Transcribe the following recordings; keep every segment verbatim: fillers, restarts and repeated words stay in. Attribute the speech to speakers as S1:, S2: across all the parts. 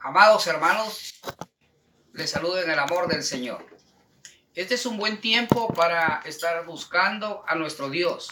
S1: Amados hermanos, les saludo en el amor del Señor. Este es un buen tiempo para estar buscando a nuestro Dios.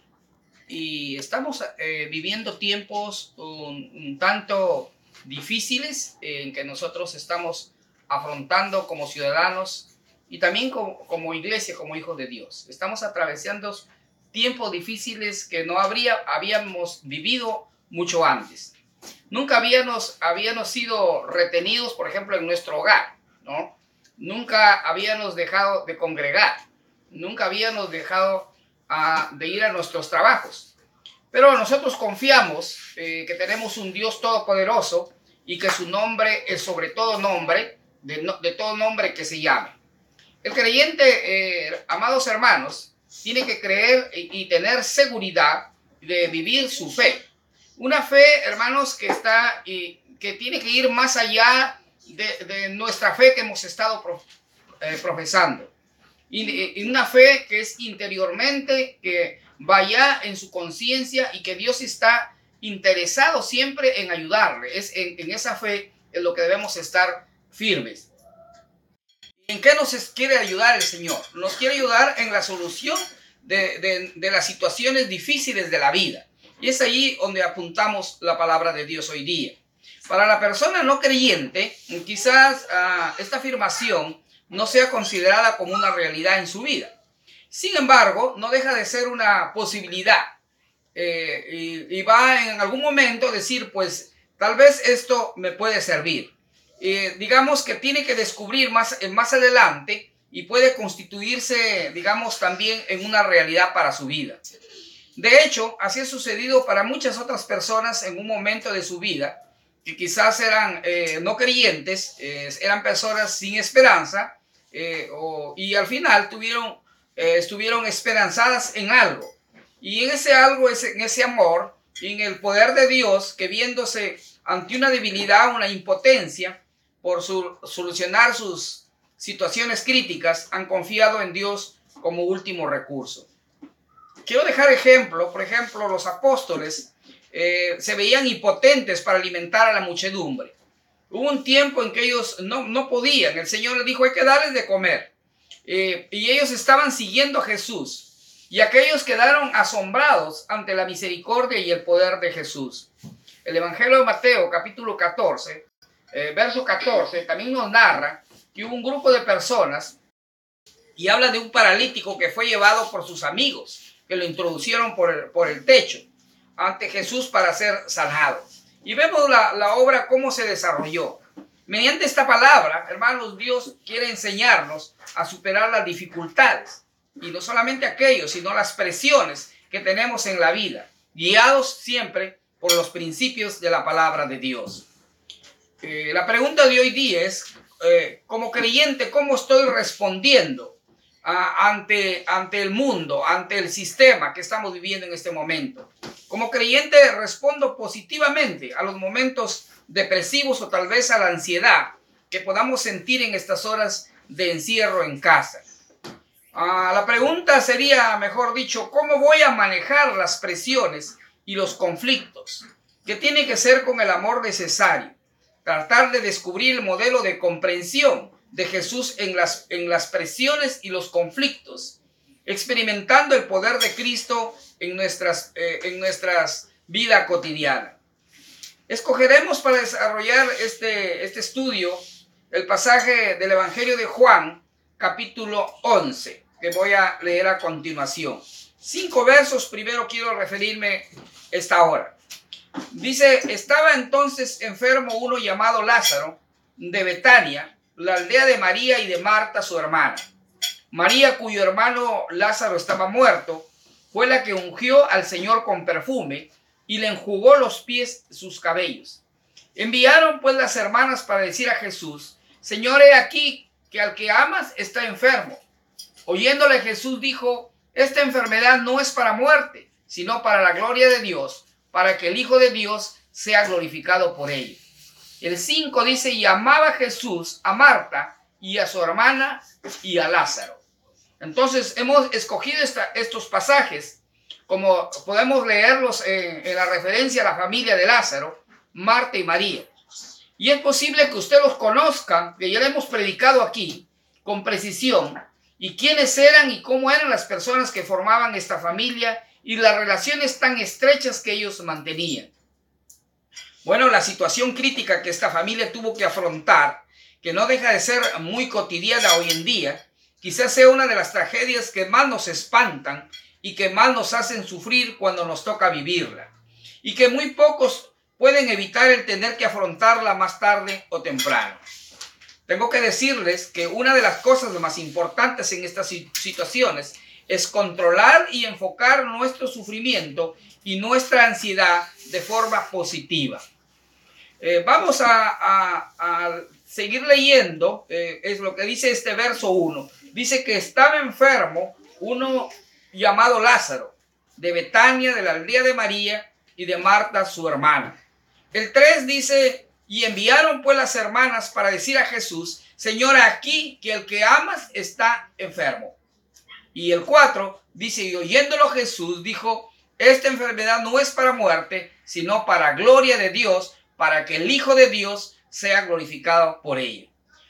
S1: Y estamos eh, viviendo tiempos un, un tanto difíciles en que nosotros estamos afrontando como ciudadanos y también como, como iglesia, como hijos de Dios. Estamos atravesando tiempos difíciles que no habría, habíamos vivido mucho antes. Nunca habíamos, habíamos sido retenidos, por ejemplo, en nuestro hogar, ¿no? Nunca habíamos dejado de congregar, nunca habíamos dejado uh, de ir a nuestros trabajos. Pero nosotros confiamos eh, que tenemos un Dios todopoderoso y que su nombre es sobre todo nombre, de, no, de todo nombre que se llame. El creyente, eh, amados hermanos, tiene que creer y, y tener seguridad de vivir su fe. Una fe, hermanos, que está y que tiene que ir más allá de, de nuestra fe que hemos estado pro, eh, profesando. Y, y una fe que es interiormente, que vaya en su conciencia y que Dios está interesado siempre en ayudarle. Es en, en esa fe en lo que debemos estar firmes. ¿En qué nos quiere ayudar el Señor? Nos quiere ayudar en la solución de, de, de las situaciones difíciles de la vida. Y es ahí donde apuntamos la palabra de Dios hoy día. Para la persona no creyente, quizás uh, esta afirmación no sea considerada como una realidad en su vida. Sin embargo, no deja de ser una posibilidad. Eh, y, y va en algún momento a decir, pues, tal vez esto me puede servir. Eh, digamos que tiene que descubrir más, más adelante y puede constituirse, digamos, también en una realidad para su vida. De hecho, así ha sucedido para muchas otras personas en un momento de su vida, que quizás eran eh, no creyentes, eh, eran personas sin esperanza, eh, o, y al final tuvieron, eh, estuvieron esperanzadas en algo. Y en ese algo, en ese amor, en el poder de Dios, que viéndose ante una debilidad, una impotencia, por su, solucionar sus situaciones críticas, han confiado en Dios como último recurso. Quiero dejar ejemplo, por ejemplo, los apóstoles eh, se veían impotentes para alimentar a la muchedumbre. Hubo un tiempo en que ellos no, no podían, el Señor les dijo, hay que darles de comer. Eh, y ellos estaban siguiendo a Jesús. Y aquellos quedaron asombrados ante la misericordia y el poder de Jesús. El Evangelio de Mateo, capítulo catorce, eh, verso catorce, también nos narra que hubo un grupo de personas y habla de un paralítico que fue llevado por sus amigos, que lo introducieron por el, por el techo ante Jesús para ser sanado. Y vemos la, la obra cómo se desarrolló. Mediante esta palabra, hermanos, Dios quiere enseñarnos a superar las dificultades. Y no solamente aquellos, sino las presiones que tenemos en la vida, guiados siempre por los principios de la palabra de Dios. Eh, la pregunta de hoy día es, eh, como creyente, ¿cómo estoy respondiendo Uh, ante, ante el mundo, ante el sistema que estamos viviendo en este momento? Como creyente respondo positivamente a los momentos depresivos o tal vez a la ansiedad que podamos sentir en estas horas de encierro en casa. Uh, la pregunta sería, mejor dicho, ¿cómo voy a manejar las presiones y los conflictos? Que tiene que ser con el amor necesario. Tratar de descubrir el modelo de comprensión de Jesús en las, en las presiones y los conflictos, experimentando el poder de Cristo en nuestras, eh, en nuestras vida cotidiana. Escogeremos para desarrollar este, este estudio el pasaje del Evangelio de Juan, capítulo once, que voy a leer a continuación. Cinco versos, primero quiero referirme esta hora. Dice, estaba entonces enfermo uno llamado Lázaro, de Betania, la aldea de María y de Marta, su hermana. María, cuyo hermano Lázaro estaba muerto, fue la que ungió al Señor con perfume y le enjugó los pies sus cabellos. Enviaron pues las hermanas para decir a Jesús, Señor, he aquí que al que amas está enfermo. Oyéndole Jesús dijo, esta enfermedad no es para muerte, sino para la gloria de Dios, para que el Hijo de Dios sea glorificado por ello. El cinco dice, y amaba Jesús a Marta y a su hermana y a Lázaro. Entonces hemos escogido esta, estos pasajes, como podemos leerlos en, en la referencia a la familia de Lázaro, Marta y María. Y es posible que usted los conozca, que ya le hemos predicado aquí con precisión, y quiénes eran y cómo eran las personas que formaban esta familia y las relaciones tan estrechas que ellos mantenían. Bueno, la situación crítica que esta familia tuvo que afrontar, que no deja de ser muy cotidiana hoy en día, quizás sea una de las tragedias que más nos espantan y que más nos hacen sufrir cuando nos toca vivirla, y que muy pocos pueden evitar el tener que afrontarla más tarde o temprano. Tengo que decirles que una de las cosas más importantes en estas situaciones es controlar y enfocar nuestro sufrimiento y nuestra ansiedad de forma positiva. Eh, vamos a, a, a seguir leyendo, eh, es lo que dice este verso uno. Dice que estaba enfermo uno llamado Lázaro, de Betania, de la aldea de María y de Marta, su hermana. El tres dice, y enviaron pues las hermanas para decir a Jesús, Señor, aquí que el que amas está enfermo. Y el cuatro dice, y oyéndolo Jesús dijo, esta enfermedad no es para muerte, sino para gloria de Dios, para que el Hijo de Dios sea glorificado por ella.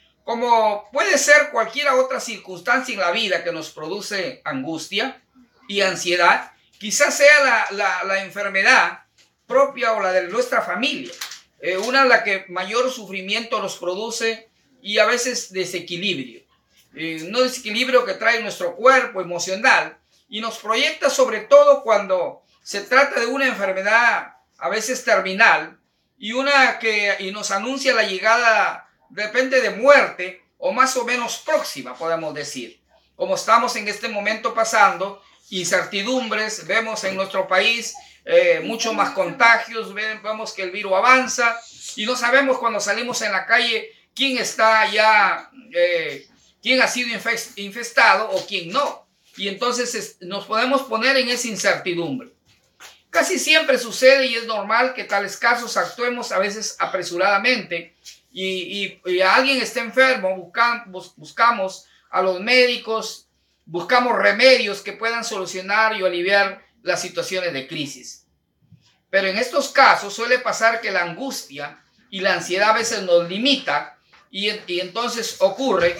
S1: Como puede ser cualquier otra circunstancia en la vida que nos produce angustia y ansiedad, quizás sea la, la, la enfermedad propia o la de nuestra familia, eh, una la que mayor sufrimiento nos produce y a veces desequilibrio. Eh, no desequilibrio que trae nuestro cuerpo emocional y nos proyecta sobre todo cuando se trata de una enfermedad a veces terminal y una que y nos anuncia la llegada de repente de muerte o más o menos próxima, podemos decir. Como estamos en este momento pasando, incertidumbres, vemos en nuestro país eh, mucho más contagios, vemos que el virus avanza y no sabemos cuando salimos en la calle quién está ya, eh, quién ha sido infestado o quién no. Y entonces es, nos podemos poner en esa incertidumbre. Casi siempre sucede y es normal que en tales casos actuemos a veces apresuradamente y, y, y alguien está enfermo, buscamos, buscamos a los médicos, buscamos remedios que puedan solucionar y aliviar las situaciones de crisis. Pero en estos casos suele pasar que la angustia y la ansiedad a veces nos limita y, y entonces ocurre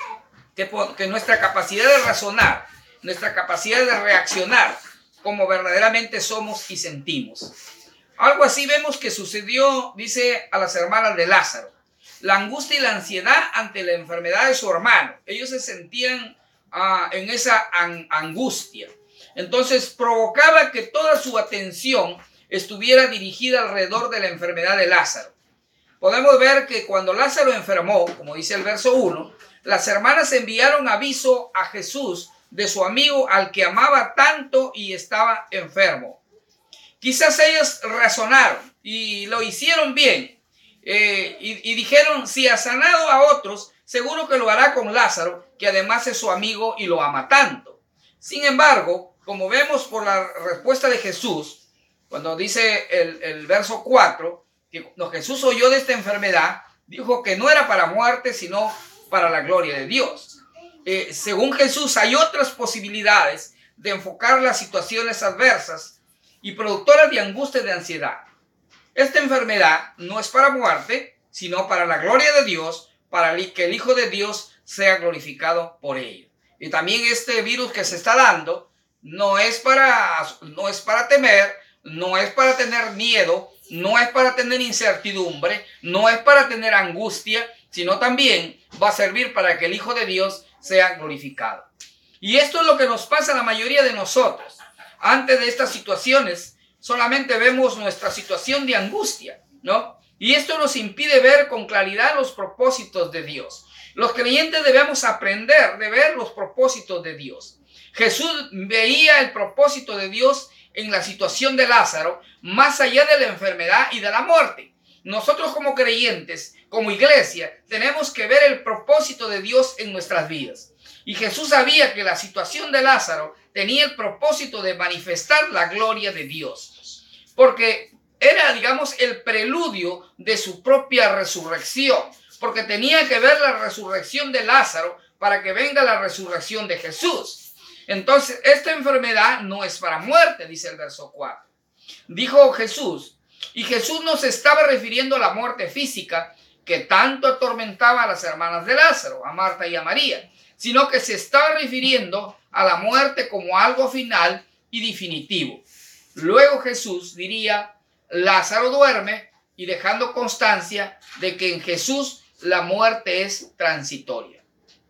S1: que, que nuestra capacidad de razonar, nuestra capacidad de reaccionar como verdaderamente somos y sentimos. Algo así vemos que sucedió, dice, a las hermanas de Lázaro. La angustia y la ansiedad ante la enfermedad de su hermano. Ellos se sentían uh, en esa an- angustia. Entonces provocaba que toda su atención estuviera dirigida alrededor de la enfermedad de Lázaro. Podemos ver que cuando Lázaro enfermó, como dice el verso uno, las hermanas enviaron aviso a Jesús de su amigo al que amaba tanto y estaba enfermo. Quizás ellos razonaron y lo hicieron bien eh, y, y dijeron, si ha sanado a otros, seguro que lo hará con Lázaro, que además es su amigo y lo ama tanto. Sin embargo, como vemos por la respuesta de Jesús, cuando dice el, el verso cuatro, que cuando Jesús oyó de esta enfermedad, dijo que no era para muerte, sino para la gloria de Dios. Eh, según Jesús, hay otras posibilidades de enfocar las situaciones adversas y productoras de angustia y de ansiedad. Esta enfermedad no es para muerte, sino para la gloria de Dios, para que el Hijo de Dios sea glorificado por ello. Y también este virus que se está dando no es para, no es para temer, no es para tener miedo, no es para tener incertidumbre, no es para tener angustia, sino también va a servir para que el Hijo de Dios sea glorificado. Y esto es lo que nos pasa a la mayoría de nosotros. Antes de estas situaciones, solamente vemos nuestra situación de angustia, ¿no? Y esto nos impide ver con claridad los propósitos de Dios. Los creyentes debemos aprender de ver los propósitos de Dios. Jesús veía el propósito de Dios en la situación de Lázaro, más allá de la enfermedad y de la muerte. Nosotros como creyentes, como iglesia, tenemos que ver el propósito de Dios en nuestras vidas. Y Jesús sabía que la situación de Lázaro tenía el propósito de manifestar la gloria de Dios. Porque era, digamos, el preludio de su propia resurrección. Porque tenía que ver la resurrección de Lázaro para que venga la resurrección de Jesús. Entonces, esta enfermedad no es para muerte, dice el verso cuatro. Dijo Jesús, Y Jesús no se estaba refiriendo a la muerte física que tanto atormentaba a las hermanas de Lázaro, a Marta y a María, sino que se estaba refiriendo a la muerte como algo final y definitivo. Luego Jesús diría, Lázaro duerme, y dejando constancia de que en Jesús la muerte es transitoria.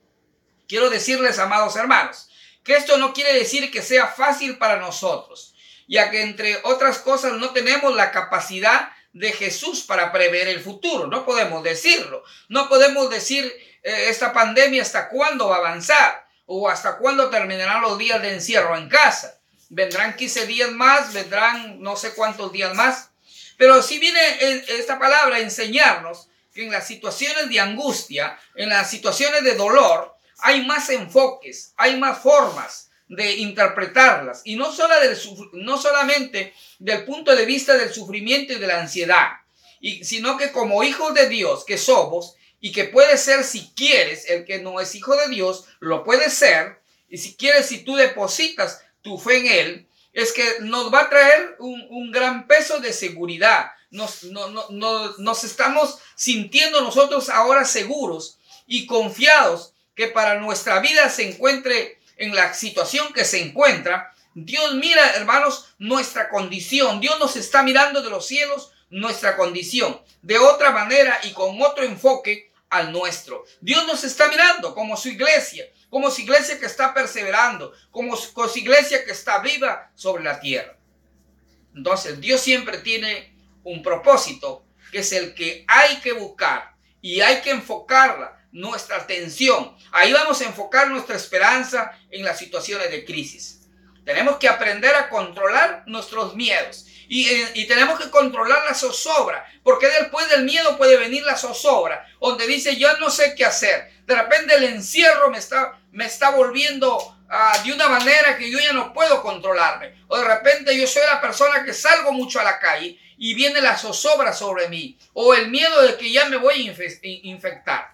S1: Quiero decirles, amados hermanos, que esto no quiere decir que sea fácil para nosotros, ya que entre otras cosas no tenemos la capacidad de Jesús para prever el futuro. No podemos decirlo. No podemos decir eh, esta pandemia hasta cuándo va a avanzar o hasta cuándo terminarán los días de encierro en casa. Vendrán quince días más, vendrán no sé cuántos días más. Pero sí viene esta palabra a enseñarnos que en las situaciones de angustia, en las situaciones de dolor, hay más enfoques, hay más formas de interpretarlas. Y no, solo del, no solamente del punto de vista del sufrimiento y de la ansiedad, y, sino que como hijos de Dios que somos, y que puede ser si quieres, el que no es hijo de Dios, lo puede ser, y si quieres, si tú depositas tu fe en Él, es que nos va a traer un, un gran peso de seguridad. Nos, no, no, no, nos estamos sintiendo nosotros ahora seguros y confiados que para nuestra vida se encuentre en la situación que se encuentra. Dios mira, hermanos, nuestra condición. Dios nos está mirando de los cielos nuestra condición de otra manera y con otro enfoque al nuestro. Dios nos está mirando como su iglesia, como su iglesia que está perseverando, como su, como su iglesia que está viva sobre la tierra. Entonces, Dios siempre tiene un propósito, que es el que hay que buscar y hay que enfocarla, nuestra atención. Ahí vamos a enfocar nuestra esperanza en las situaciones de crisis. Tenemos que aprender a controlar nuestros miedos. Y, y tenemos que controlar la zozobra, porque después del miedo puede venir la zozobra, donde dice, yo no sé qué hacer. De repente el encierro me está, me está volviendo uh, de una manera que yo ya no puedo controlarme. O de repente yo soy la persona que salgo mucho a la calle y viene la zozobra sobre mí. O el miedo de que ya me voy a infectar.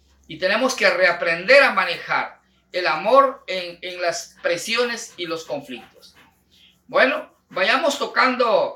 S1: Y tenemos que reaprender a manejar el amor en, en las presiones y los conflictos. Bueno, vayamos tocando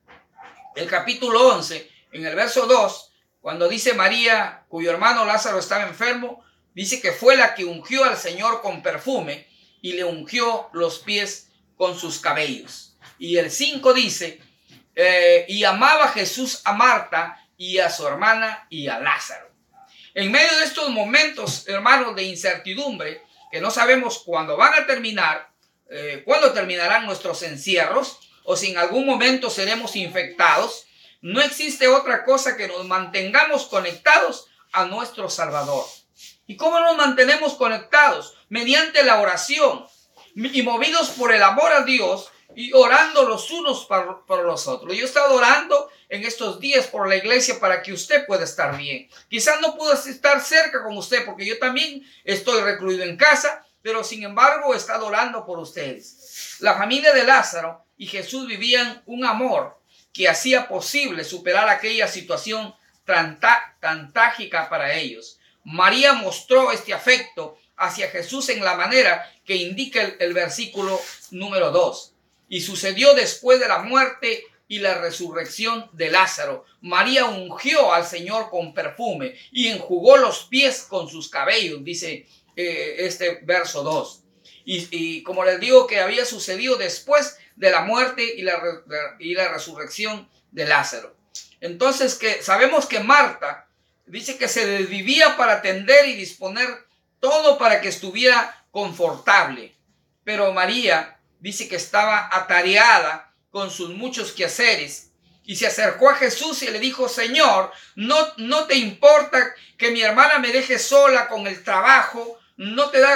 S1: el capítulo once, en el verso dos, cuando dice María, cuyo hermano Lázaro estaba enfermo, dice que fue la que ungió al Señor con perfume y le ungió los pies con sus cabellos. Y el cinco dice, eh, y amaba Jesús a Marta y a su hermana y a Lázaro. En medio de estos momentos, hermanos, de incertidumbre, que no sabemos cuándo van a terminar, Eh, cuándo terminarán nuestros encierros o si en algún momento seremos infectados, no existe otra cosa que nos mantengamos conectados a nuestro Salvador. ¿Y cómo nos mantenemos conectados? Mediante la oración y movidos por el amor a Dios y orando los unos por, por los otros. Yo he estado orando en estos días por la iglesia para que usted pueda estar bien. Quizás no pueda estar cerca con usted porque yo también estoy recluido en casa, pero sin embargo he estado orando por ustedes. La familia de Lázaro y Jesús vivían un amor que hacía posible superar aquella situación tan, tan trágica para ellos. María mostró este afecto hacia Jesús en la manera que indica el, el versículo número dos. Y sucedió después de la muerte y la resurrección de Lázaro. María ungió al Señor con perfume y enjugó los pies con sus cabellos, dice este verso dos. Y, y como les digo que había sucedido después de la muerte y la, y la resurrección de Lázaro. Entonces que sabemos que Marta dice que se desvivía para atender y disponer todo para que estuviera confortable. Pero María dice que estaba atareada con sus muchos quehaceres y se acercó a Jesús y le dijo, Señor, no, no te importa que mi hermana me deje sola con el trabajo. No te da,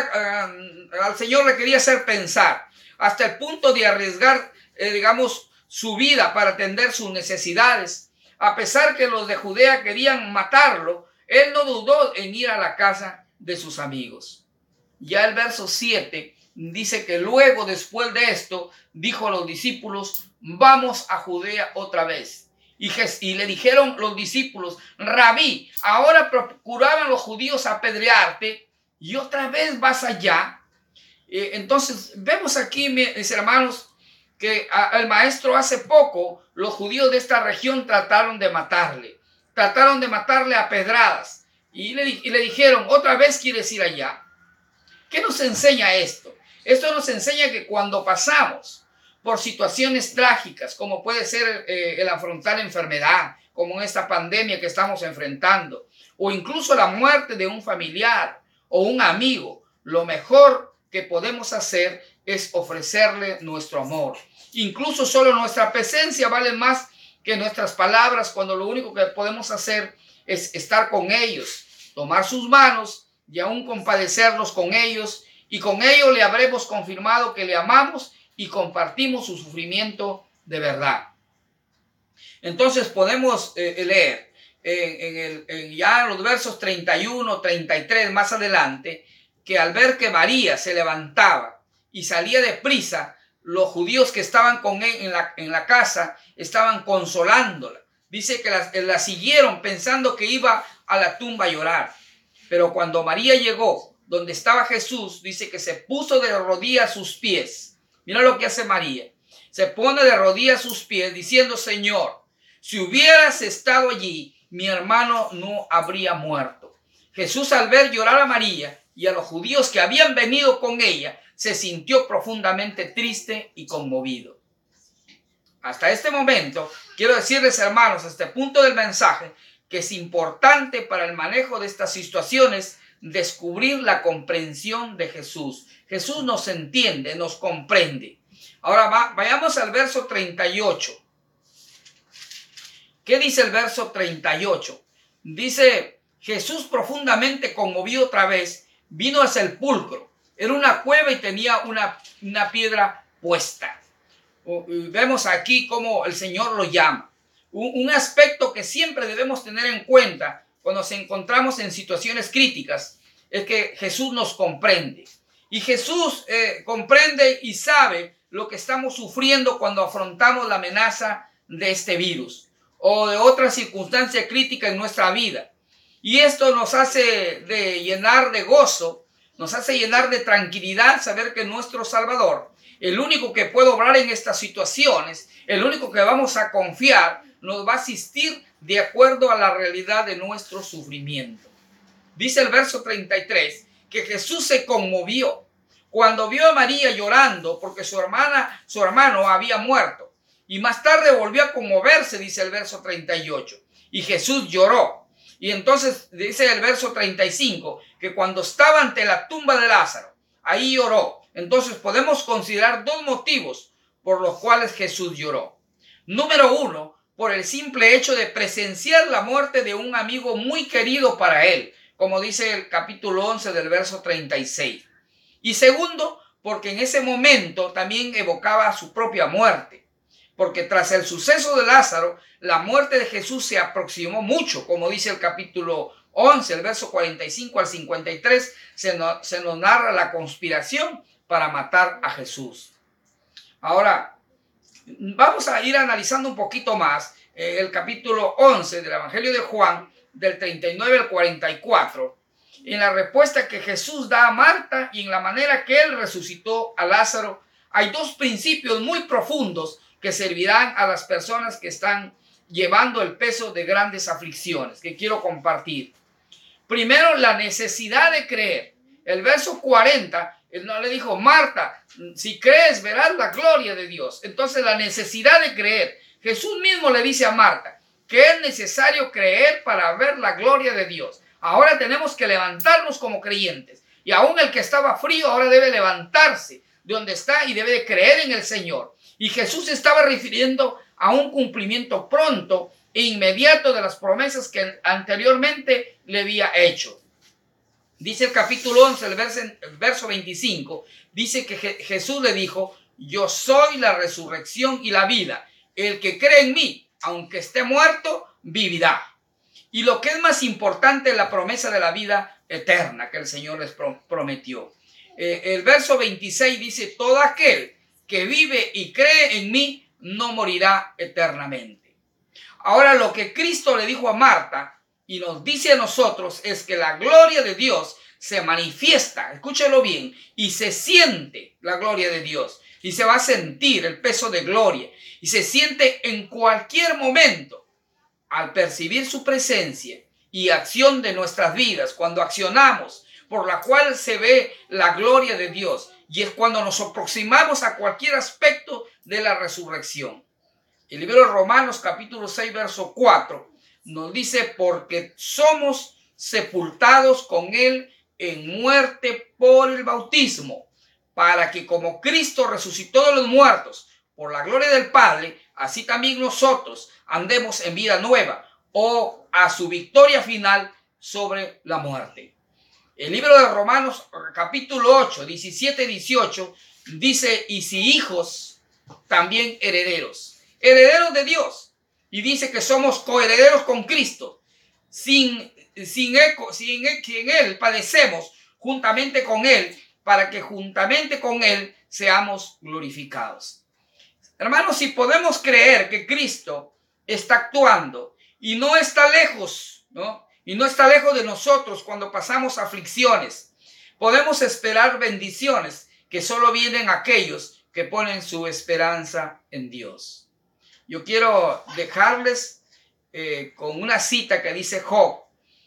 S1: uh, al Señor le quería hacer pensar hasta el punto de arriesgar, eh, digamos, su vida para atender sus necesidades. A pesar que los de Judea querían matarlo, él no dudó en ir a la casa de sus amigos. Ya el verso siete dice que luego, después de esto, dijo a los discípulos, vamos a Judea otra vez. Y, y le dijeron los discípulos, Rabí, ahora procuraban los judíos apedrearte, y otra vez vas allá. Eh, entonces vemos aquí, mis hermanos, que al maestro hace poco los judíos de esta región trataron de matarle. Trataron de matarle a pedradas. Y le, y le dijeron, ¿otra vez quieres ir allá? ¿Qué nos enseña esto? Esto nos enseña que cuando pasamos por situaciones trágicas, como puede ser eh, el afrontar enfermedad, como en esta pandemia que estamos enfrentando, o incluso la muerte de un familiar o un amigo, lo mejor que podemos hacer es ofrecerle nuestro amor. Incluso solo nuestra presencia vale más que nuestras palabras, cuando lo único que podemos hacer es estar con ellos, tomar sus manos y aún compadecernos con ellos, y con ello le habremos confirmado que le amamos y compartimos su sufrimiento de verdad. Entonces podemos eh, leer en, en el, en ya en los versos treinta y uno, treinta y tres más adelante, que al ver que María se levantaba y salía deprisa, los judíos que estaban con él en la, en la casa estaban consolándola. Dice que la, la siguieron pensando que iba a la tumba a llorar. Pero cuando María llegó donde estaba Jesús, dice que se puso de rodillas a sus pies. Mira lo que hace María. Se pone de rodillas a sus pies diciendo, Señor, si hubieras estado allí, mi hermano no habría muerto. Jesús, al ver llorar a María y a los judíos que habían venido con ella, se sintió profundamente triste y conmovido. Hasta este momento, quiero decirles, hermanos, a este punto del mensaje, que es importante para el manejo de estas situaciones descubrir la comprensión de Jesús. Jesús nos entiende, nos comprende. Ahora va, vayamos al verso treinta y ocho. ¿Qué dice el verso treinta y ocho? Dice, Jesús, profundamente conmovido otra vez, vino al sepulcro. Era una cueva y tenía una, una piedra puesta. Vemos aquí cómo el Señor lo llama. Un, un aspecto que siempre debemos tener en cuenta cuando nos encontramos en situaciones críticas es que Jesús nos comprende. Y Jesús eh, comprende y sabe lo que estamos sufriendo cuando afrontamos la amenaza de este virus o de otra circunstancia crítica en nuestra vida. Y esto nos hace de llenar de gozo, nos hace llenar de tranquilidad saber que nuestro Salvador, el único que puede obrar en estas situaciones, el único que vamos a confiar, nos va a asistir de acuerdo a la realidad de nuestro sufrimiento. Dice el verso treinta y tres que Jesús se conmovió cuando vio a María llorando porque su hermana, su hermano había muerto. Y más tarde volvió a conmoverse, dice el verso treinta y ocho. Y Jesús lloró. Y entonces dice el verso treinta y cinco que cuando estaba ante la tumba de Lázaro, ahí lloró. Entonces podemos considerar dos motivos por los cuales Jesús lloró. Número uno, por el simple hecho de presenciar la muerte de un amigo muy querido para él, como dice el capítulo once del verso treinta y seis. Y segundo, porque en ese momento también evocaba su propia muerte. Porque tras el suceso de Lázaro, la muerte de Jesús se aproximó mucho, como dice el capítulo once, el verso cuarenta y cinco al cincuenta y tres, se nos, se nos narra la conspiración para matar a Jesús. Ahora, vamos a ir analizando un poquito más eh, el capítulo once del Evangelio de Juan, del treinta y nueve al cuarenta y cuatro, en la respuesta que Jesús da a Marta y en la manera que él resucitó a Lázaro. Hay dos principios muy profundos que servirán a las personas que están llevando el peso de grandes aflicciones, que quiero compartir. Primero, la necesidad de creer. El verso cuarenta, él no le dijo, Marta, si crees verás la gloria de Dios. Entonces, la necesidad de creer. Jesús mismo le dice a Marta que es necesario creer para ver la gloria de Dios. Ahora tenemos que levantarnos como creyentes. Y aún el que estaba frío ahora debe levantarse de donde está y debe de creer en el Señor. Y Jesús estaba refiriendo a un cumplimiento pronto e inmediato de las promesas que anteriormente le había hecho. Dice el capítulo once, el verso, el verso veinticinco, dice que Je- Jesús le dijo, yo soy la resurrección y la vida. El que cree en mí, aunque esté muerto, vivirá. Y lo que es más importante es la promesa de la vida eterna que el Señor les pro- prometió. Eh, el verso veintiséis dice, todo aquel que vive y cree en mí no morirá eternamente. Ahora, lo que Cristo le dijo a Marta y nos dice a nosotros es que la gloria de Dios se manifiesta, escúchelo bien, y se siente la gloria de Dios. y se va a sentir el peso de gloria y se siente en cualquier momento al percibir su presencia y acción de nuestras vidas, cuando accionamos, por la cual se ve la gloria de Dios, y es cuando nos aproximamos a cualquier aspecto de la resurrección. El libro de Romanos capítulo seis verso cuatro nos dice: porque somos sepultados con él en muerte por el bautismo, para que como Cristo resucitó de los muertos por la gloria del Padre, así también nosotros andemos en vida nueva, o a su victoria final sobre la muerte. El libro de Romanos capítulo ocho, diecisiete y dieciocho dice: y si hijos, también herederos, herederos de Dios. Y dice que somos coherederos con Cristo, sin, sin, eco, sin, sin Él padecemos juntamente con Él, para que juntamente con Él seamos glorificados. Hermanos, si podemos creer que Cristo está actuando y no está lejos, ¿no? Y no está lejos de nosotros cuando pasamos aflicciones, podemos esperar bendiciones que solo vienen a aquellos que ponen su esperanza en Dios. Yo quiero dejarles eh, con una cita que dice Job.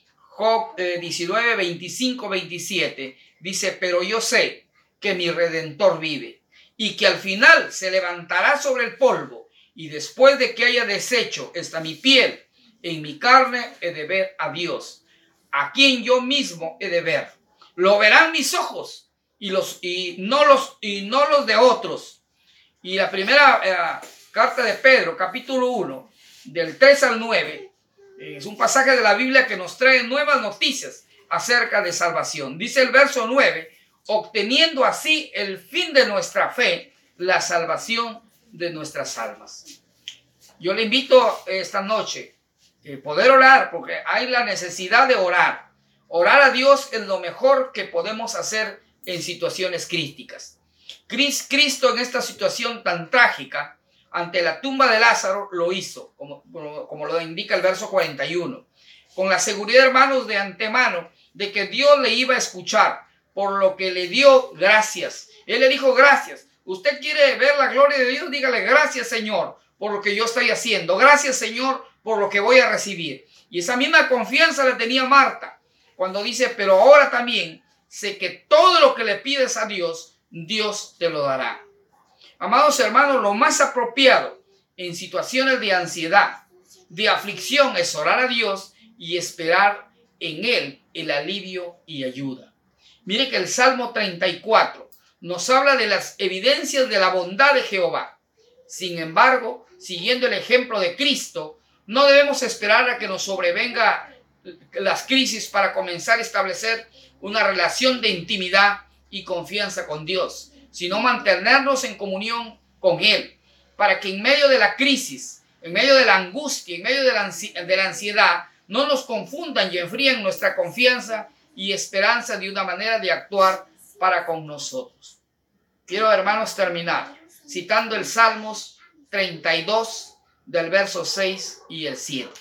S1: Job eh, diecinueve, veinticinco, veintisiete. Dice: pero yo sé que mi Redentor vive y que al final se levantará sobre el polvo, y después de que haya deshecho esta mi piel, en mi carne he de ver a Dios, a quien yo mismo he de ver. Lo verán mis ojos y, los, y, no, los, y no los de otros. Y la primera eh, carta de Pedro, capítulo uno, del tres al nueve, eh, es un pasaje de la Biblia que nos trae nuevas noticias acerca de salvación. Dice el verso nueve: obteniendo así el fin de nuestra fe, la salvación de nuestras almas. Yo le invito esta noche a poder orar, porque hay la necesidad de orar. Orar a Dios es lo mejor que podemos hacer en situaciones críticas. Cristo, en esta situación tan trágica, ante la tumba de Lázaro, lo hizo, como, como, como lo indica el verso cuarenta y uno, con la seguridad, hermanos, de antemano, de que Dios le iba a escuchar, por lo que le dio gracias. Él le dijo: gracias. Usted quiere ver la gloria de Dios, dígale: gracias, Señor, por lo que yo estoy haciendo. Gracias, Señor, por lo que voy a recibir. Y esa misma confianza la tenía Marta cuando dice: pero ahora también sé que todo lo que le pides a Dios, Dios te lo dará. Amados hermanos, lo más apropiado en situaciones de ansiedad, de aflicción, es orar a Dios y esperar en Él el alivio y ayuda. Mire que el Salmo treinta y cuatro nos habla de las evidencias de la bondad de Jehová. Sin embargo, siguiendo el ejemplo de Cristo, no debemos esperar a que nos sobrevenga las crisis para comenzar a establecer una relación de intimidad y confianza con Dios, sino mantenernos en comunión con Él, para que en medio de la crisis, en medio de la angustia, en medio de la, de la ansiedad, no nos confundan y enfríen nuestra confianza y esperanza de una manera de actuar para con nosotros. Quiero, hermanos, terminar citando el Salmos treinta y dos, del verso seis y el siete.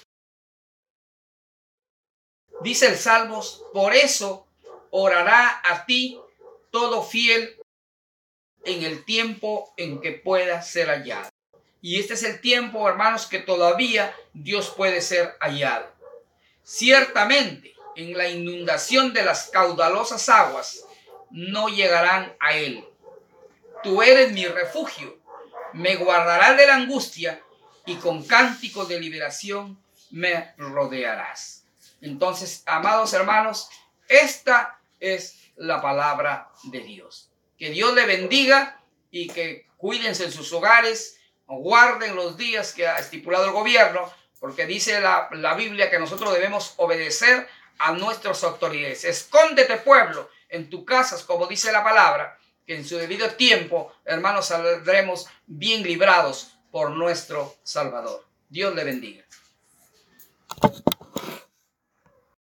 S1: Dice el Salmos: por eso orará a ti todo fiel en el tiempo en que pueda ser hallado. Y este es el tiempo, hermanos, que todavía Dios puede ser hallado. Ciertamente, en la inundación de las caudalosas aguas no llegarán a él. Tú eres mi refugio, me guardarás de la angustia y con cánticos de liberación me rodearás. Entonces, amados hermanos, esta es la palabra de Dios. Que Dios le bendiga y que cuídense en sus hogares, guarden los días que ha estipulado el gobierno, porque dice la, la Biblia que nosotros debemos obedecer a nuestras autoridades. Escóndete, pueblo, en tus casas, como dice la palabra, que en su debido tiempo, hermanos, saldremos bien librados por nuestro Salvador. Dios le bendiga.